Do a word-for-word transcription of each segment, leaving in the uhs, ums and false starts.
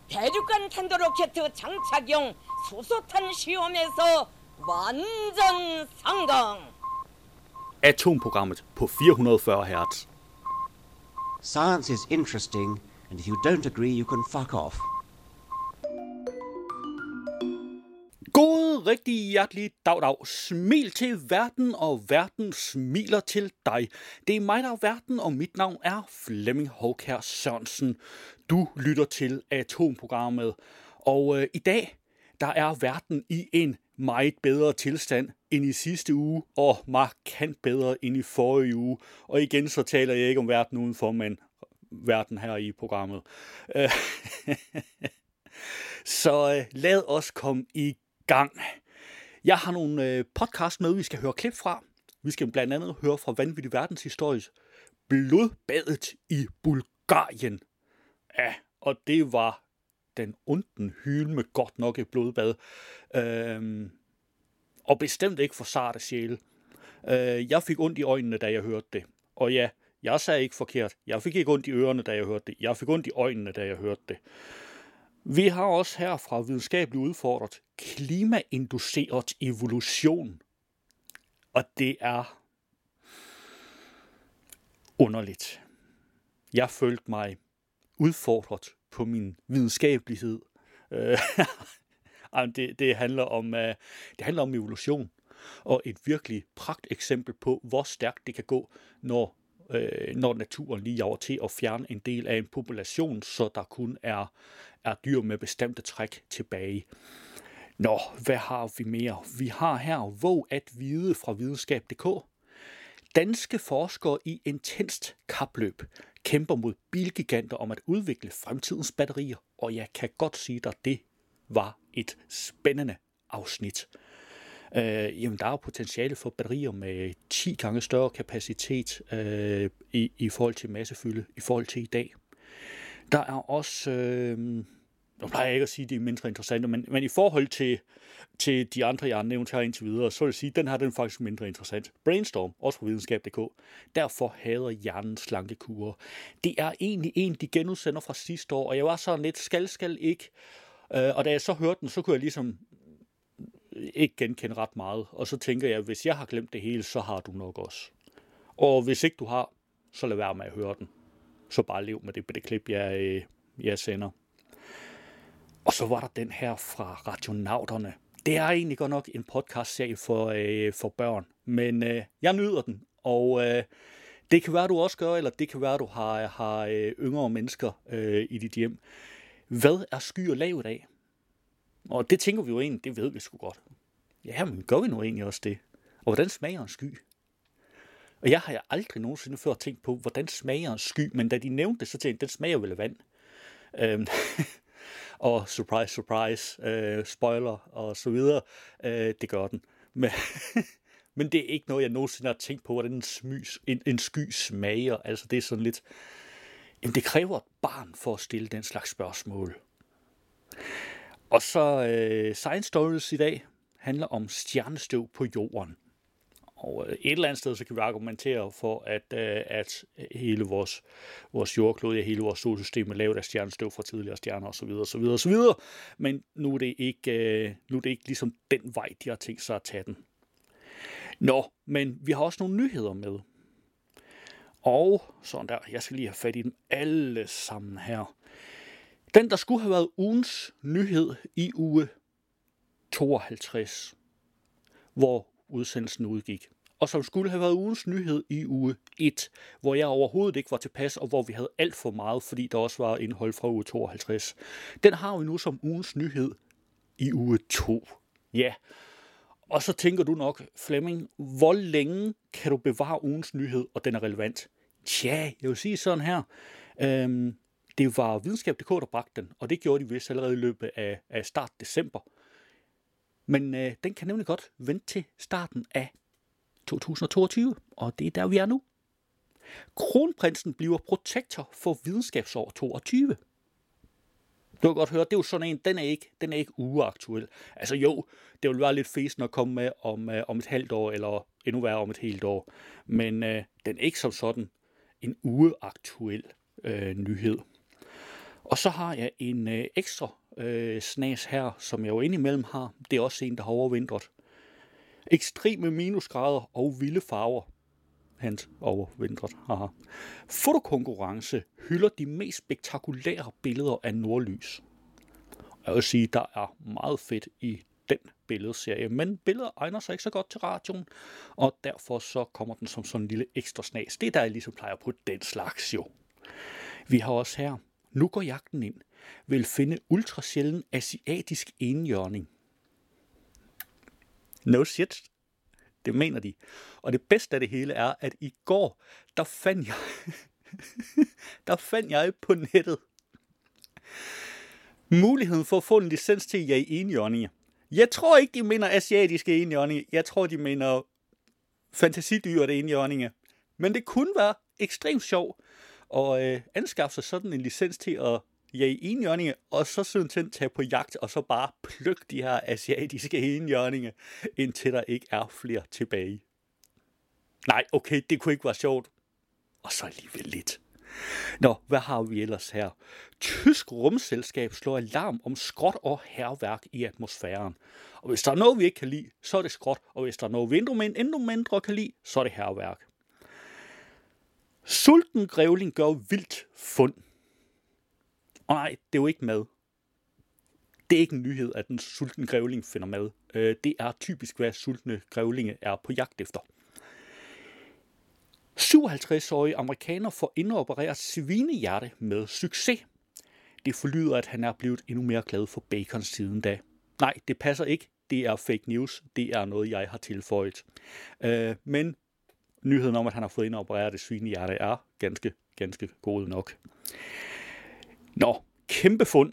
대륙간 탄도로켓 장착용 수소탄 시험에서 완전 성공. Atomprogrammet på fire hundrede og fyrre hertz. Science is interesting, and if you don't agree, you can fuck off. God, rigtig hjertelig dag, dag. Smil til verden, og verden smiler til dig. Det er mig, der er verden, og mit navn er Flemming Hovkjær Sørensen. Du lytter til Atomprogrammet, og øh, i dag, der er verden i en meget bedre tilstand end i sidste uge, og markant bedre end i forrige uge. Og igen, så taler jeg ikke om verden udenfor, men verden her i programmet. Så øh, lad os komme i gang. Jeg har nogle øh, podcast med, vi skal høre klip fra. Vi skal blandt andet høre fra Vanvittig Verdenshistories Blodbadet i Bulgarien. Ja, og det var den onden hyl med godt nok et blodbad. Øhm, og bestemt ikke for sarte sjæle. Øh, jeg fik ondt i øjnene, da jeg hørte det. Og ja, jeg sagde ikke forkert. Jeg fik ikke ondt i ørerne, da jeg hørte det. Jeg fik ondt i øjnene, da jeg hørte det. Vi har også her fra Videnskabeligt Udfordret klimainduceret evolution. Og det er underligt. Jeg følte mig udfordret på min videnskabelighed. det, det, handler om, det handler om evolution. Og et virkelig pragt eksempel på, hvor stærkt det kan gå, når Øh, når naturen lige jager til at fjerne en del af en population, så der kun er, er dyr med bestemte træk tilbage. Nå, hvad har vi mere? Vi har her Våg at vide fra videnskab punktum d k. Danske forskere i intenst kapløb kæmper mod bilgiganter om at udvikle fremtidens batterier, og jeg kan godt sige dig, det var et spændende afsnit. Øh, jamen, der er jo potentiale for batterier med ti gange større kapacitet øh, i, i forhold til massefylde, i forhold til i dag. Der er også, øh, nu plejer jeg ikke at sige, at de er mindre interessante, men, men i forhold til, til de andre, jeg har nævnt her indtil videre, så vil jeg sige, at den her den er faktisk mindre interessant. Brainstorm, også på videnskab punktum d k. Derfor hader hjernen slankekurer. Det er egentlig en, de genudsender fra sidste år, og jeg var sådan lidt, skal, skal ikke. Øh, og da jeg så hørte den, så kunne jeg ligesom ikke genkende ret meget. Og så tænker jeg, hvis jeg har glemt det hele, så har du nok også. Og hvis ikke du har, så lad være med at høre den. Så bare lev med det på det klip, jeg, jeg sender. Og så var der den her fra Radionauterne. Det er egentlig godt nok en podcastserie for, øh, for børn. Men øh, jeg nyder den. Og øh, det kan være, du også gør, eller det kan være, du har, har øh, yngre mennesker øh, i dit hjem. Hvad er skyer lavet af? Og det tænker vi jo egentlig, det ved vi sgu godt. Ja, men gør vi nu egentlig også det? Og hvordan smager en sky? Og jeg har jeg aldrig nogensinde før tænkt på, hvordan smager en sky, men da de nævnte det, så tænkte jeg, den smager vel af vand. Øhm, og surprise, surprise, øh, spoiler og så videre, øh, det gør den. Men, men det er ikke noget, jeg nogensinde har tænkt på, hvordan en, smys, en, en sky smager. Altså det er sådan lidt, jamen det kræver et barn for at stille den slags spørgsmål. Og så øh, Science Stories i dag handler om stjernestøv på jorden. Og øh, et eller andet sted, så kan vi argumentere for, at, øh, at hele vores, vores jordklode, hele vores solsystem er lavet af stjernestøv fra tidligere stjerner osv. osv., osv. Men nu er, det ikke, øh, nu er det ikke ligesom den vej, de har tænkt sig at tage den. Nå, men vi har også nogle nyheder med. Og sådan der, jeg skal lige have fat i dem alle sammen her. Den, der skulle have været ugens nyhed i uge tooghalvtreds, hvor udsendelsen udgik. Og som skulle have været ugens nyhed i uge et, hvor jeg overhovedet ikke var tilpas, og hvor vi havde alt for meget, fordi der også var indhold fra uge tooghalvtreds. Den har vi nu som ugens nyhed i uge to. Ja, og så tænker du nok, Flemming, hvor længe kan du bevare ugens nyhed, og den er relevant? Tja, jeg vil sige sådan her. Øhm, Det var videnskab punktum d k, der bragte den, og det gjorde de vist allerede i løbet af, af start december. Men øh, den kan nemlig godt vente til starten af to tusind og toogtyve, og det er der, vi er nu. Kronprinsen bliver protektor for videnskabsår toogtyve. Du kan godt høre, det er jo sådan en, den er ikke, den er ikke ugeaktuel. Altså jo, det vil være lidt fæsende at komme med om, øh, om et halvt år, eller endnu værre om et helt år. Men øh, den er ikke som sådan en ugeaktuel øh, nyhed. Og så har jeg en øh, ekstra øh, snas her, som jeg jo indimellem har. Det er også en, der har overvintret. Ekstreme minusgrader og vilde farver. Hans overvintret. Haha. Fotokonkurrence hylder de mest spektakulære billeder af nordlys. Jeg vil sige, der er meget fedt i den billedserie, men billeder egner sig ikke så godt til radioen, og derfor så kommer den som sådan en lille ekstra snas. Det er der, jeg ligesom plejer på den slags jo. Vi har også her, nu går jagten ind, vil finde ultrasjælden asiatisk enhjørning. No shit. Det mener de. Og det bedste af det hele er, at i går, der fandt jeg, der fandt jeg på nettet muligheden for at få en licens til at jage enhjørninger. Jeg tror ikke, de mener asiatiske enhjørninger. Jeg tror, de mener fantasidyr enhjørninger. Men det kunne være ekstremt sjovt at øh, anskaffe sig sådan en licens til at jage enhjørninger, og så sådan tage på jagt, og så bare plukke de her asiatiske enhjørninger, indtil der ikke er flere tilbage. Nej, okay, det kunne ikke være sjovt. Og så alligevel lidt. Nå, hvad har vi ellers her? Tysk rumselskab slår alarm om skrot og hærværk i atmosfæren. Og hvis der er noget, vi ikke kan lide, så er det skrot. Og hvis der er noget, vi endnu mindre kan lide, så er det hærværk. Sulten grævling gør vildt fund. Og nej, det er jo ikke mad. Det er ikke en nyhed, at en sulten grævling finder mad. Det er typisk, hvad sultne grævlinge er på jagt efter. syvoghalvtreds-årige amerikaner får indopereret svinehjerte med succes. Det forlyder, at han er blevet endnu mere glad for bacon siden da. Nej, det passer ikke. Det er fake news. Det er noget, jeg har tilføjet. Øh, men nyheden om, at han har fået indopereret det svinehjerte, er ganske, ganske god nok. Nå, kæmpe fund.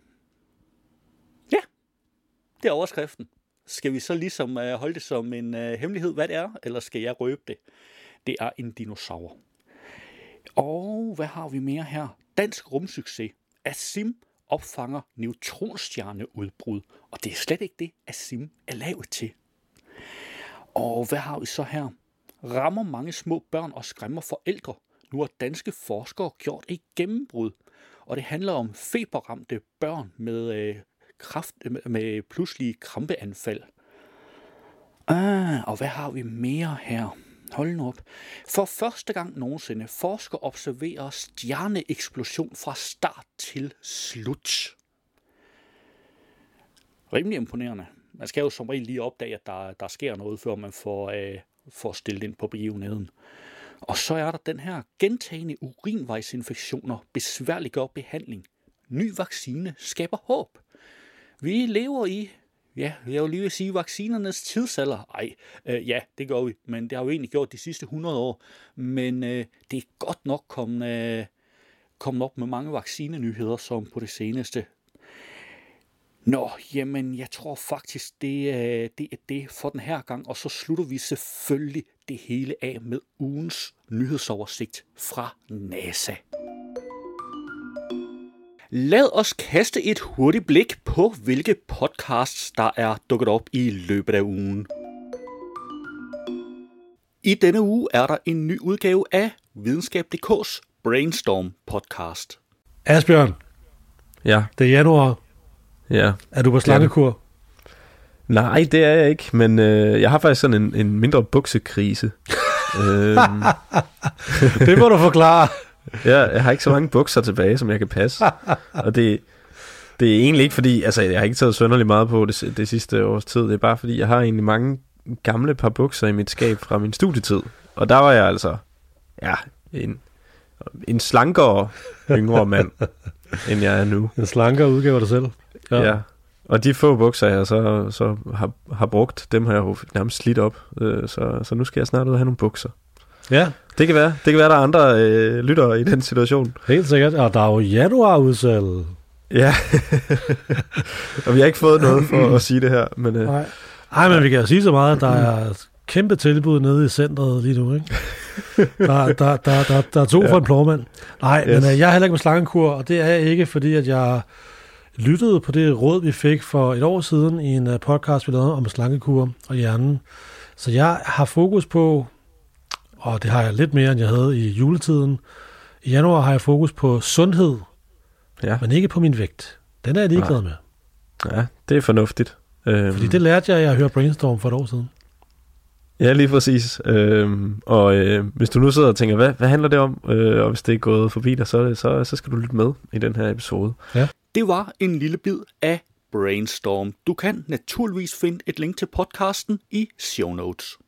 Ja, det er overskriften. Skal vi så ligesom øh, holde det som en øh, hemmelighed, hvad det er, eller skal jeg røbe det? Det er en dinosaur. Og hvad har vi mere her? Dansk rumsucces. ASIM opfanger neutronstjerneudbrud. Og det er slet ikke det, ASIM er lavet til. Og hvad har vi så her? Rammer mange små børn og skræmmer forældre. Nu har danske forskere gjort et gennembrud. Og det handler om feberramte børn med, øh, kraft, med pludselige krampeanfald. Ah, og hvad har vi mere her? Hold nu op. For første gang nogensinde forskere observerer stjerneeksplosion fra start til slut. Rimelig imponerende. Man skal jo som regel lige opdage, at der, der sker noget, før man får, øh, får stillet ind på begivenheden. Og så er der den her gentagne urinvejsinfektioner besværliggør behandling. Ny vaccine skaber håb. Vi lever i, ja, jeg vil lige vil sige, vaccinernes tidsalder. Ej, øh, ja, det gør vi, men det har vi egentlig gjort de sidste hundrede år. Men øh, det er godt nok kommet, øh, kommet op med mange vaccinenyheder, som på det seneste. Nå, jamen, jeg tror faktisk, det, øh, det er det for den her gang. Og så slutter vi selvfølgelig det hele af med ugens nyhedsoversigt fra NASA. Lad os kaste et hurtigt blik på, hvilke podcasts, der er dukket op i løbet af ugen. I denne uge er der en ny udgave af Videnskab punktum d k's Brainstorm podcast. Asbjørn. Ja. Det er januar. Ja. Er du på slankekur? Nej, det er jeg ikke, men øh, jeg har faktisk sådan en, en mindre buksekrise. øhm. Det må du forklare. Ja, jeg har ikke så mange bukser tilbage, som jeg kan passe. Og det, det er egentlig ikke fordi, altså jeg har ikke taget sønderlig meget på det, det sidste års tid. Det er bare fordi, jeg har egentlig mange gamle par bukser i mit skab fra min studietid. Og der var jeg altså, ja, en, en slankere yngre mand, end jeg er nu. En slankere udgave af dig selv. Ja. Ja. Og de få bukser, jeg så, så har, har brugt, dem har jeg jo nærmest slidt op. Så, så nu skal jeg snart ud og have nogle bukser. Ja. Det kan være, det kan være der er andre øh, lyttere i den situation. Helt sikkert. Og der er jo januarudsalg. Ja. Og vi har ikke fået noget for at sige det her. Men, øh, Nej. Ej, men vi kan jo sige så meget, at der er kæmpe tilbud nede i centret lige nu, ikke? Der, der, der, der, der er to ja. for en plovmand. Nej, yes. men øh, jeg er heller ikke med slangekur, og det er jeg ikke, fordi at jeg lyttede på det råd, vi fik for et år siden i en uh, podcast, vi lavede om slangekur og hjernen. Så jeg har fokus på, og det har jeg lidt mere, end jeg havde i juletiden. I januar har jeg fokus på sundhed Ja. Men ikke på min vægt. Den er jeg ligeglad med. Ja, det er fornuftigt. Øhm, Fordi det lærte jeg, jeg hørte Brainstorm for et år siden. Ja, lige præcis. Øhm, og øh, hvis du nu sidder og tænker, hvad, hvad handler det om? Øh, og hvis det er gået forbi dig, så, så, så skal du lytte med i den her episode. Ja. Det var en lille bid af Brainstorm. Du kan naturligvis finde et link til podcasten i show notes.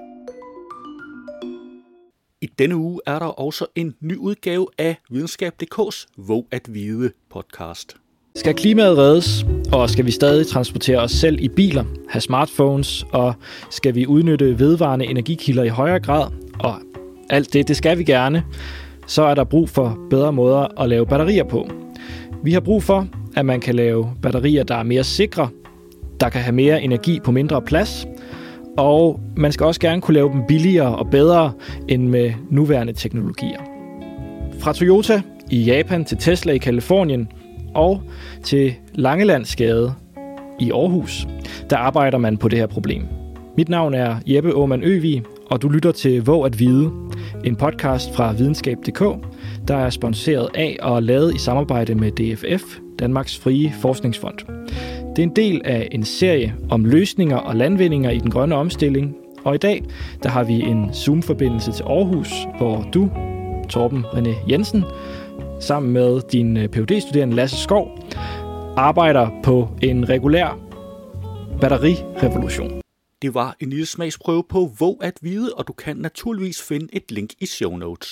I denne uge er der også en ny udgave af Videnskab punktum d k's Våg at Vide podcast. Skal klimaet reddes, og skal vi stadig transportere os selv i biler, have smartphones, og skal vi udnytte vedvarende energikilder i højere grad, og alt det, det skal vi gerne, så er der brug for bedre måder at lave batterier på. Vi har brug for, at man kan lave batterier, der er mere sikre, der kan have mere energi på mindre plads, og man skal også gerne kunne lave dem billigere og bedre end med nuværende teknologier. Fra Toyota i Japan til Tesla i Californien og til Langelandsgade i Aarhus, der arbejder man på det her problem. Mit navn er Jeppe Aumann Øvig, og du lytter til Våg at Vide, en podcast fra Videnskab punktum d k, der er sponsoreret af og lavet i samarbejde med D F F, Danmarks Frie Forskningsfond. Det er en del af en serie om løsninger og landvindinger i den grønne omstilling, og i dag der har vi en Zoom-forbindelse til Aarhus, hvor du, Torben René Jensen, sammen med din P H D-studerende Lasse Skov, arbejder på en regulær batterirevolution. Det var en lille smagsprøve på Våg at Vide, og du kan naturligvis finde et link i show notes.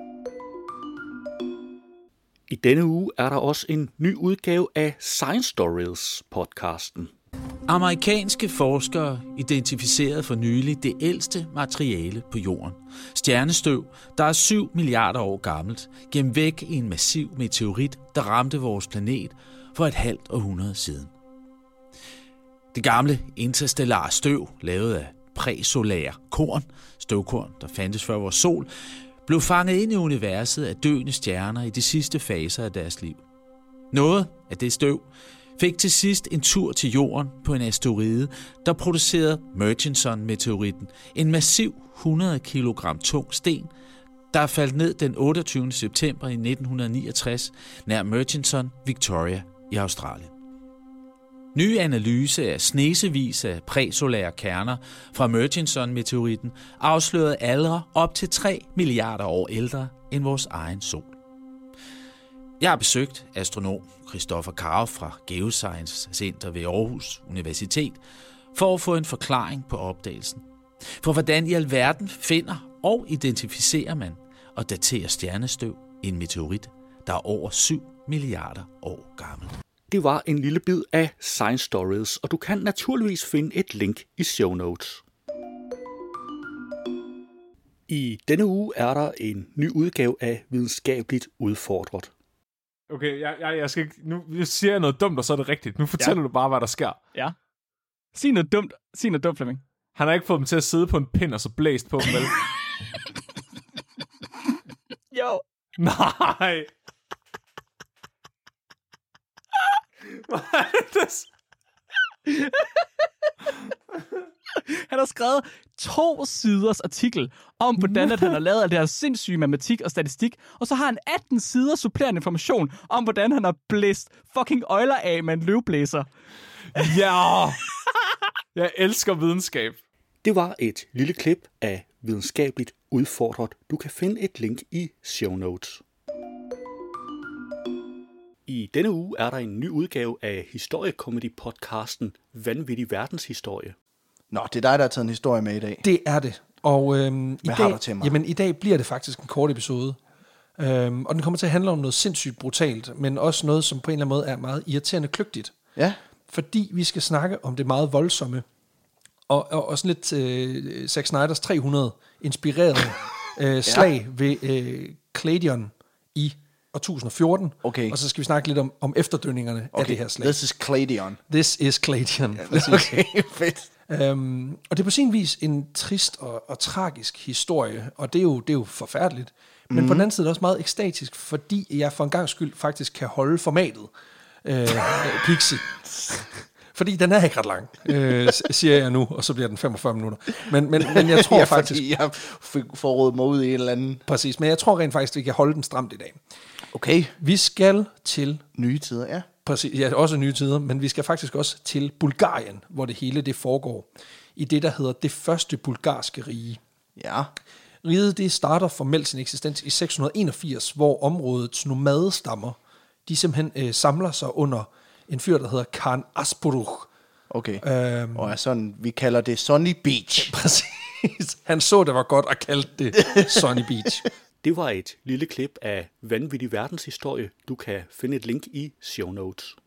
I denne uge er der også en ny udgave af Science Stories podcasten. Amerikanske forskere identificerede for nylig det ældste materiale på jorden. Stjernestøv, der er syv milliarder år gammelt, gemt væk i en massiv meteorit, der ramte vores planet for et halvt århundrede siden. Det gamle interstellare støv, lavet af præsolære korn, støvkorn, der fandtes før vores sol, blev fanget ind i universet af døende stjerner i de sidste faser af deres liv. Noget af det støv fik til sidst en tur til jorden på en asteroide, der producerede Murchison-meteoritten, en massiv hundrede kilogram tung sten, der er faldt ned den otteogtyvende september i nitten niogtres nær Murchison, Victoria i Australien. Ny analyse af snesevis af præsolære kerner fra Murchison-meteoritten afslørede aldre op til tre milliarder år ældre end vores egen sol. Jeg har besøgt astronom Christopher Karup fra Geoscience Center ved Aarhus Universitet for at få en forklaring på opdagelsen. For hvordan i alverden finder og identificerer man og daterer stjernestøv i en meteorit, der er over syv milliarder år gammel. Det var en lille bid af Science Stories, og du kan naturligvis finde et link i show notes. I denne uge er der en ny udgave af Videnskabeligt Udfordret. Okay, jeg, jeg, jeg skal ikke, nu siger jeg noget dumt, og så er det rigtigt. Nu fortæller ja. du bare, hvad der sker. Ja. Sig noget dumt, Sig noget dumt, Flemming. Han har ikke fået dem til at sidde på en pind og så blæst på dem, vel? Jo. Nej. Hvad er det? Han har skrevet to siders artikel om, hvordan at han har lavet alt det her sindssyge matematik og statistik, og så har han atten sider supplerende information om, hvordan han har blæst fucking øjler af med en løvblæser. Ja! Jeg elsker videnskab. Det var et lille klip af Videnskabeligt Udfordret. Du kan finde et link i show notes. I denne uge er der en ny udgave af historiekomedy-podcasten Vanvittig Verdenshistorie. Nå, det er dig, der har taget en historie med i dag. Det er det. Og øhm, i, Hvad har dag, du til mig? jamen, i dag bliver det faktisk en kort episode. Øhm, og den kommer til at handle om noget sindssygt brutalt, men også noget, som på en eller anden måde er meget irriterende kløgtigt. Ja. Fordi vi skal snakke om det meget voldsomme, og, og, og sådan lidt øh, Zack Snyders tre hundrede inspirerede øh, slag ja. ved øh, Cladion i år tusind og fjorten. Okay. Og så skal vi snakke lidt om, om efterdønningerne okay. af det her slag. This is Cladion. This is Cladion. Ja, okay, fedt. Um, og det er på sin vis en trist og, og tragisk historie, og det er jo, det er jo forfærdeligt. Men mm. på den anden side er det også meget ekstatisk, fordi jeg for en gang skyld faktisk kan holde formatet uh, Pixie. Fordi den er ikke ret lang, øh, siger jeg nu, og så bliver den femogfyrre minutter. Men, men, men jeg tror ja, faktisk... fordi jeg fik forrådet mig ud i en eller anden... Præcis, men jeg tror rent faktisk, at vi kan holde den stramt i dag. Okay. Vi skal til... Nye tider, ja. Præcis, ja, også nye tider, men vi skal faktisk også til Bulgarien, hvor det hele det foregår. I det, der hedder det første bulgarske rige. Ja. Riget det starter formelt sin eksistens i seks hundrede enogfirs, hvor områdets nomadestammer, de simpelthen øh, samler sig under en fyr, der hedder Khan Asbruch. Okay, øhm, og er sådan, vi kalder det Sunny Beach. Præcis. Han så, det var godt og kaldte det Sunny Beach. Det var et lille klip af vanvittig verdenshistorie. Du kan finde et link i show notes.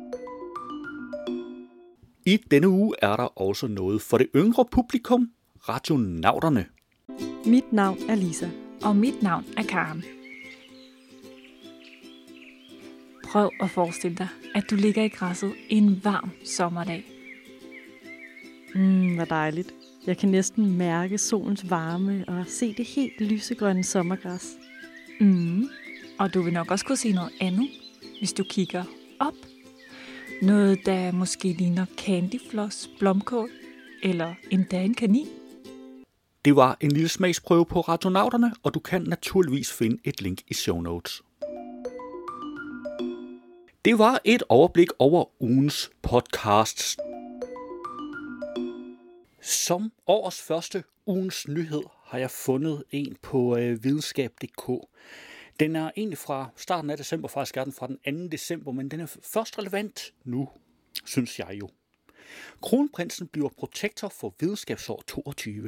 I denne uge er der også noget for det yngre publikum, Radionauterne. Mit navn er Lisa. Og mit navn er Karen. Prøv at forestille dig, at du ligger i græsset en varm sommerdag. Mm, hvor dejligt. Jeg kan næsten mærke solens varme og se det helt lysegrønne sommergræs. Mm. Og du vil nok også kunne se noget andet, hvis du kigger op. Noget, der måske ligner candyfloss, blomkål eller endda en kanin. Det var en lille smagsprøve på Radionauterne, og du kan naturligvis finde et link i show notes. Det var et overblik over ugens podcasts. Som årets første ugens nyhed har jeg fundet en på øh, videnskab punktum d k. Den er egentlig fra starten af december, faktisk er den fra den anden december, men den er først relevant nu, synes jeg jo. Kronprinsen bliver protektor for videnskabsår toogtyve.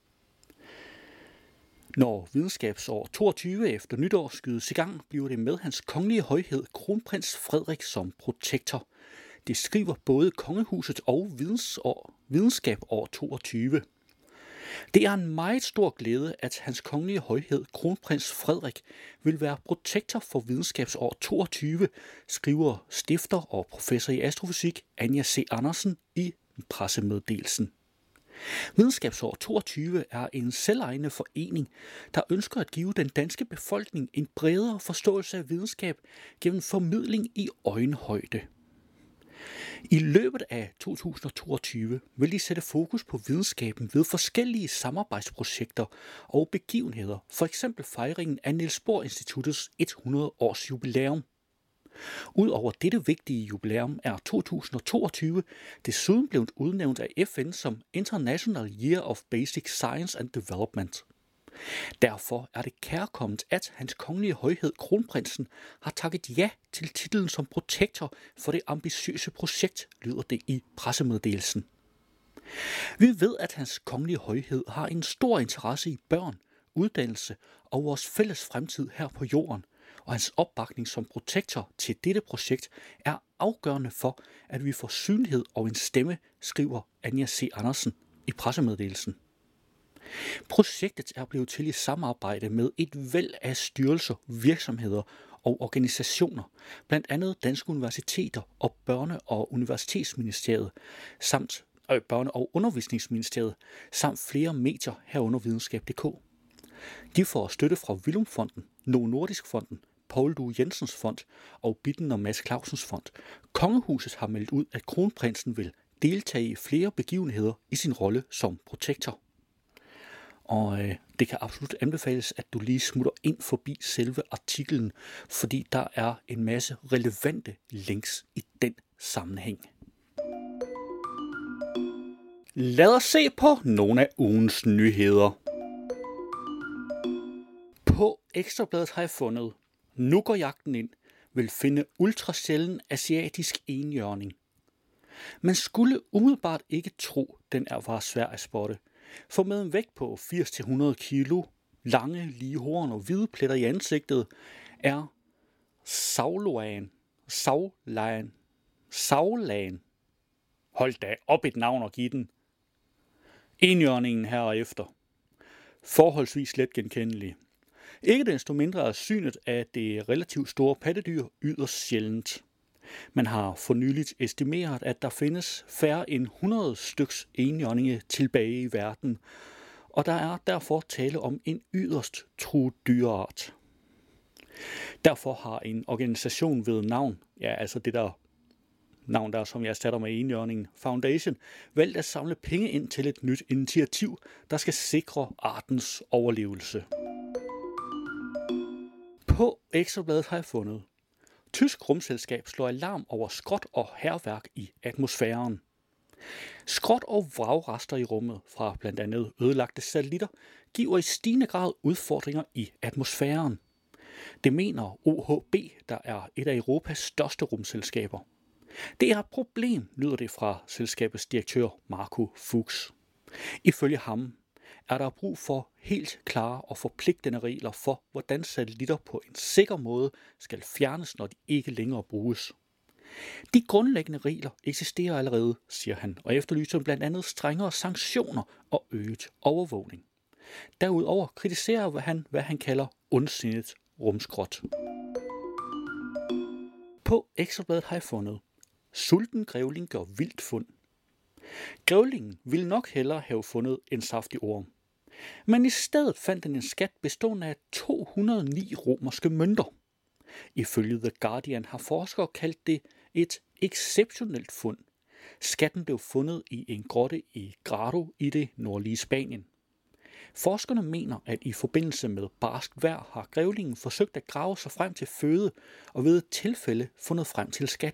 Når videnskabsår toogtyve efter nytår skydes i gang, bliver det med hans kongelige højhed kronprins Frederik som protektor. Det skriver både kongehuset og vidensår, videnskabsår toogtyve. Det er en meget stor glæde, at hans kongelige højhed kronprins Frederik vil være protektor for videnskabsår toogtyve, skriver stifter og professor i astrofysik Anja C. Andersen i pressemeddelelsen. Videnskabsår toogtyve er en selvejende forening, der ønsker at give den danske befolkning en bredere forståelse af videnskab gennem formidling i øjenhøjde. I løbet af to tusind og toogtyve vil de sætte fokus på videnskaben ved forskellige samarbejdsprojekter og begivenheder, for eksempel fejringen af Niels Bohr Instituttets hundrede års jubilæum. Udover dette vigtige jubilæum er to tusind og toogtyve desuden blevet udnævnt af F N som International Year of Basic Science and Development. Derfor er det kærkomment, at hans kongelige højhed kronprinsen har takket ja til titlen som protektor for det ambitiøse projekt, lyder det i pressemeddelelsen. Vi ved, at hans kongelige højhed har en stor interesse i børn, uddannelse og vores fælles fremtid her på jorden, og hans opbakning som protektor til dette projekt er afgørende for, at vi får synlighed og en stemme, skriver Anja C. Andersen i pressemeddelelsen. Projektet er blevet til i samarbejde med et væld af styrelser, virksomheder og organisationer, blandt andet Danske Universiteter og Børne- og Universitetsministeriet, samt øh, Børne- og Undervisningsministeriet, samt flere medier herunder videnskab punktum d k. De får støtte fra Villumfonden, Novo Nordisk Fonden, Poul Due Jensens Fond og Bitten og Mads Clausens Fond. Kongehuset har meldt ud, at kronprinsen vil deltage i flere begivenheder i sin rolle som protektor. Og øh, det kan absolut anbefales, at du lige smutter ind forbi selve artiklen, fordi der er en masse relevante links i den sammenhæng. Lad os se på nogle af ugens nyheder. På Ekstrabladet har jeg fundet, nu går jagten ind, vil finde ultrasjælden asiatisk enhjørning. Man skulle umiddelbart ikke tro, den er var svær at spotte. For med en vægt på firs til hundrede kilo, lange, lige horn og hvide pletter i ansigtet, er Sauloan, Saulan, Saulan. Hold da op et navn og giv den. Enhjørningen herefter. Forholdsvis let genkendelig. Ikke desto mindre er synet af det relativt store pattedyr yderst sjældent. Man har for nyligt estimeret, at der findes færre end hundrede styks enhjørninge tilbage i verden, og der er derfor tale om en yderst truet dyreart. Derfor har en organisation ved navn, ja altså det der navn der som jeg erstatter med enhjørningen, Foundation, valgt at samle penge ind til et nyt initiativ, der skal sikre artens overlevelse. På Ekstrabladet har jeg fundet: tysk rumselskab slår alarm over skrot og hærværk i atmosfæren. Skrot og vragrester i rummet fra blandt andet ødelagte satellitter giver i stigende grad udfordringer i atmosfæren. Det mener O H B, der er et af Europas største rumselskaber. Det er et problem, lyder det fra selskabets direktør Marco Fuchs. Ifølge ham er der brug for helt klare og forpligtende regler for, hvordan satellitter på en sikker måde skal fjernes, når de ikke længere bruges. De grundlæggende regler eksisterer allerede, siger han, og efterlyser blandt andet strengere sanktioner og øget overvågning. Derudover kritiserer han, hvad han kalder ondsindet rumskrot. På Ekstrabladet har jeg fundet: sulten grævling gør vildt fund. Grævlingen ville nok hellere have fundet en saftig orm. Men i stedet fandt den en skat bestående af to hundrede og ni romerske mønter. Ifølge The Guardian har forskere kaldt det et exceptionelt fund. Skatten blev fundet i en grotte i Grado i det nordlige Spanien. Forskerne mener, at i forbindelse med barskt vejr har grævlingen forsøgt at grave sig frem til føde og ved et tilfælde fundet frem til skat.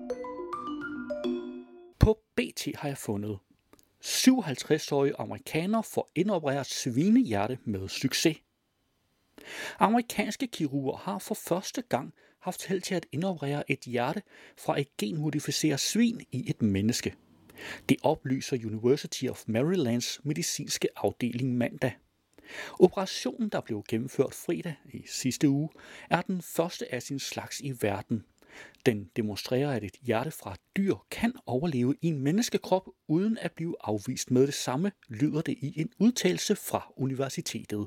På B T har jeg fundet: syvoghalvtreds-årige amerikaner får indopereret svinehjerte med succes. Amerikanske kirurger har for første gang haft held til at indoperere et hjerte fra et genmodificeret svin i et menneske. Det oplyser University of Marylands medicinske afdeling mandag. Operationen, der blev gennemført fredag i sidste uge, er den første af sin slags i verden. Den demonstrerer, at et hjerte fra et dyr kan overleve i en menneskekrop uden at blive afvist med det samme, lyder det i en udtalelse fra universitetet.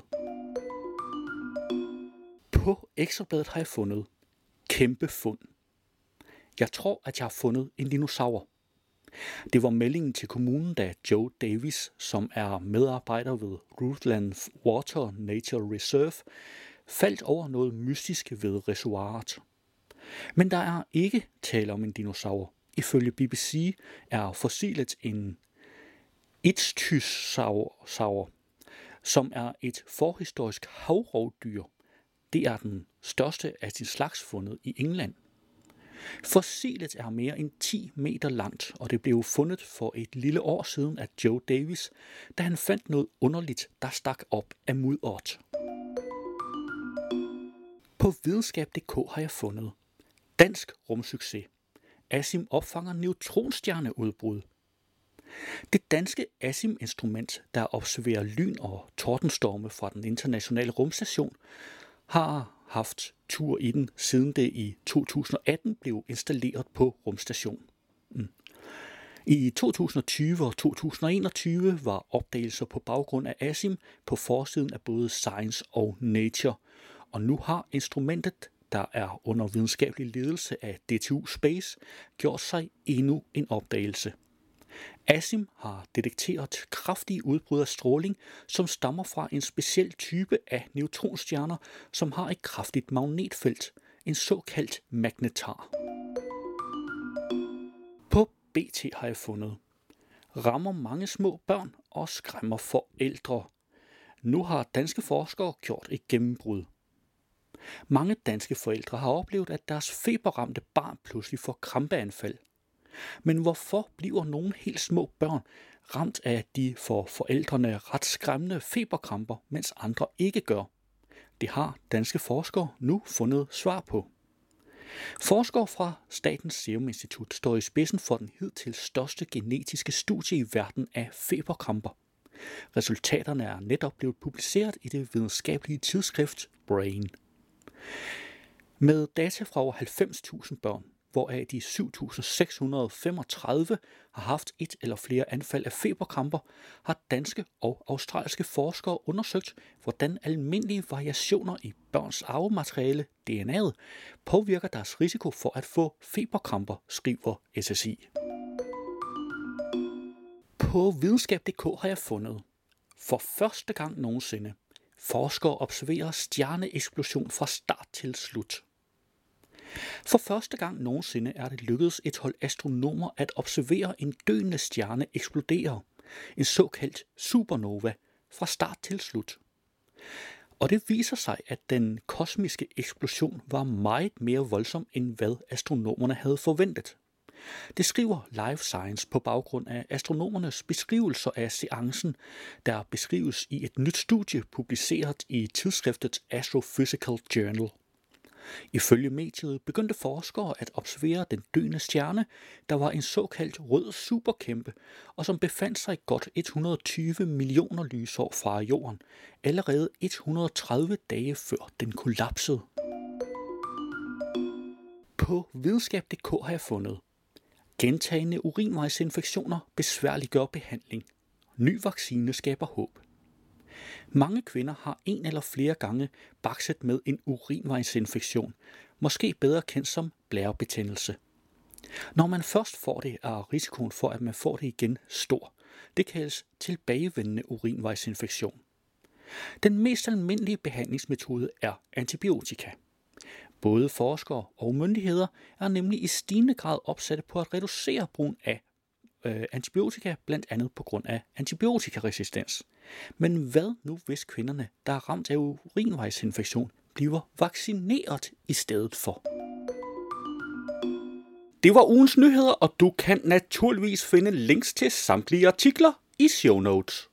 På Ekstrabladet har jeg fundet: kæmpe fund. Jeg tror, at jeg har fundet en dinosaur. Det var meldingen til kommunen, da Joe Davis, som er medarbejder ved Rutland Water Nature Reserve, faldt over noget mystisk ved reservoiret. Men der er ikke tale om en dinosaur. Ifølge B B C er fossilet en ichthyosaur, som er et forhistorisk havrovdyr. Det er den største af sin slags fundet i England. Fossilet er mere end ti meter langt, og det blev fundet for et lille år siden af Joe Davis, da han fandt noget underligt, der stak op af mudderet. På videnskab punktum d k har jeg fundet: dansk rumsucces. ASIM opfanger neutronstjerneudbrud. Det danske ASIM-instrument, der observerer lyn og tordenstorme fra den internationale rumstation, har haft tur i den, siden det i to tusind og atten blev installeret på rumstationen. I to tusind og tyve og to tusind og enogtyve var opdagelser på baggrund af ASIM på forsiden af både Science og Nature, og nu har instrumentet, der er under videnskabelig ledelse af D T U Space, gjort sig endnu en opdagelse. ASIM har detekteret kraftige udbrud af stråling, som stammer fra en speciel type af neutronstjerner, som har et kraftigt magnetfelt, en såkaldt magnetar. På B T har jeg fundet: rammer mange små børn og skræmmer forældre. Nu har danske forskere gjort et gennembrud. Mange danske forældre har oplevet, at deres feberramte barn pludselig får krampeanfald. Men hvorfor bliver nogle helt små børn ramt af de for forældrene ret skræmmende feberkramper, mens andre ikke gør? Det har danske forskere nu fundet svar på. Forskere fra Statens Serum Institut står i spidsen for den hidtil største genetiske studie i verden af feberkramper. Resultaterne er netop blevet publiceret i det videnskabelige tidsskrift Brain. Med data fra over halvfems tusind børn, hvoraf de syv tusind seks hundrede og femogtredive har haft et eller flere anfald af feberkramper, har danske og australske forskere undersøgt, hvordan almindelige variationer i børns arvemateriale, D N A'et, påvirker deres risiko for at få feberkramper, skriver S S I. På videnskab punktum d k har jeg fundet: for første gang nogensinde, forskere observerer stjerneeksplosion fra start til slut. For første gang nogensinde er det lykkedes et hold astronomer at observere en døende stjerne eksplodere, en såkaldt supernova, fra start til slut. Og det viser sig, at den kosmiske eksplosion var meget mere voldsom, end hvad astronomerne havde forventet. Det skriver Live Science på baggrund af astronomernes beskrivelser af seancen, der beskrives i et nyt studie publiceret i tidsskriftet Astrophysical Journal. Ifølge mediet begyndte forskere at observere den døende stjerne, der var en såkaldt rød superkæmpe, og som befandt sig godt et hundrede og tyve millioner lysår fra jorden, allerede et hundrede og tredive dage før den kollapsede. På videnskab punktum d k har jeg fundet: gentagne urinvejsinfektioner besværliggør behandling. Ny vaccine skaber håb. Mange kvinder har en eller flere gange bakset med en urinvejsinfektion, måske bedre kendt som blærebetændelse. Når man først får det, er risikoen for, at man får det igen stor. Det kaldes tilbagevendende urinvejsinfektion. Den mest almindelige behandlingsmetode er antibiotika. Både forskere og myndigheder er nemlig i stigende grad opsatte på at reducere brugen af øh, antibiotika, blandt andet på grund af antibiotikaresistens. Men hvad nu, hvis kvinderne, der er ramt af urinvejsinfektion, bliver vaccineret i stedet for? Det var ugens nyheder, og du kan naturligvis finde links til samtlige artikler i show notes.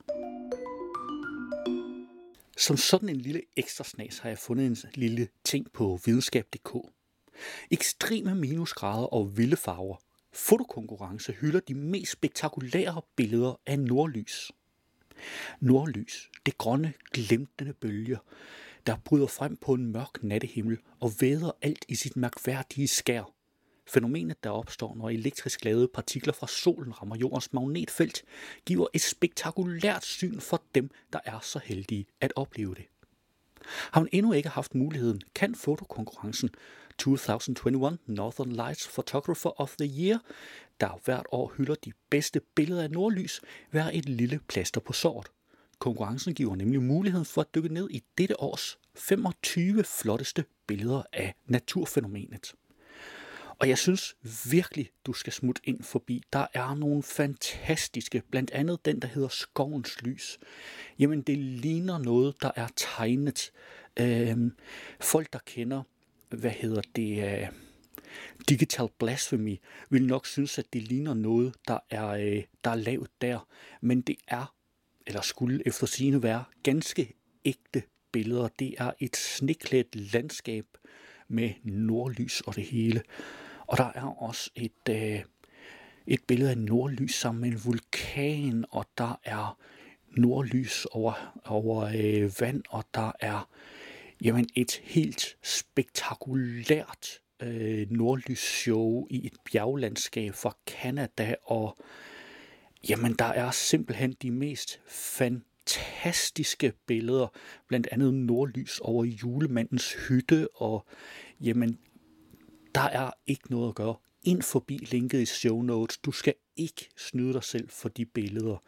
Som sådan en lille ekstra snas har jeg fundet en lille ting på videnskab punktum d k. Ekstreme minusgrader og vilde farver. Fotokonkurrence hylder de mest spektakulære billeder af nordlys. Nordlys, det grønne, glimtende bølger, der bryder frem på en mørk nattehimmel og væder alt i sit mærkværdige skær. Fænomenet, der opstår, når elektrisk ladede partikler fra solen rammer jordens magnetfelt, giver et spektakulært syn for dem, der er så heldige at opleve det. Har man endnu ikke haft muligheden, kan fotokonkurrencen to tusind enogtyve Northern Lights Photographer of the Year, der hvert år hylder de bedste billeder af nordlys, være et lille plaster på såret. Konkurrencen giver nemlig muligheden for at dykke ned i dette års femogtyve flotteste billeder af naturfænomenet. Og jeg synes virkelig, du skal smutte ind forbi. Der er nogle fantastiske, blandt andet den, der hedder Skovens Lys. Jamen, det ligner noget, der er tegnet. Øhm, folk, der kender, hvad hedder det, uh, Digital Blasphemy, vil nok synes, at det ligner noget, der er, uh, der er lavet der. Men det er, eller skulle efter sigende være, ganske ægte billeder. Det er et sneklædt landskab med nordlys og det hele. Og der er også et, øh, et billede af nordlys sammen med en vulkan, og der er nordlys over, over øh, vand, og der er jamen, et helt spektakulært øh, nordlysshow i et bjerglandskab fra Canada, og jamen, der er simpelthen de mest fantastiske billeder, blandt andet nordlys over julemandens hytte, og jamen, der er ikke noget at gøre. Ind forbi linket i show notes. Du skal ikke snyde dig selv for de billeder.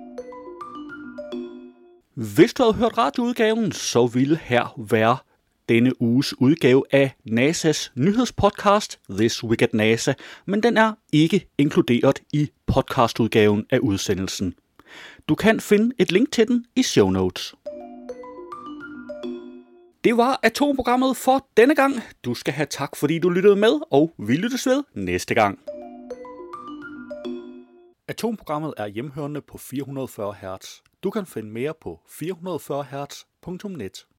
Hvis du havde hørt radioudgaven, så ville her være denne uges udgave af NASA's nyhedspodcast This Week at NASA, men den er ikke inkluderet i podcastudgaven af udsendelsen. Du kan finde et link til den i show notes. Det var Atomprogrammet for denne gang. Du skal have tak, fordi du lyttede med, og vi lyttes ved næste gang. Atomprogrammet er hjemhørende på fire hundrede og fyrre hertz. Du kan finde mere på fire hundrede og fyrre hertz punktum net.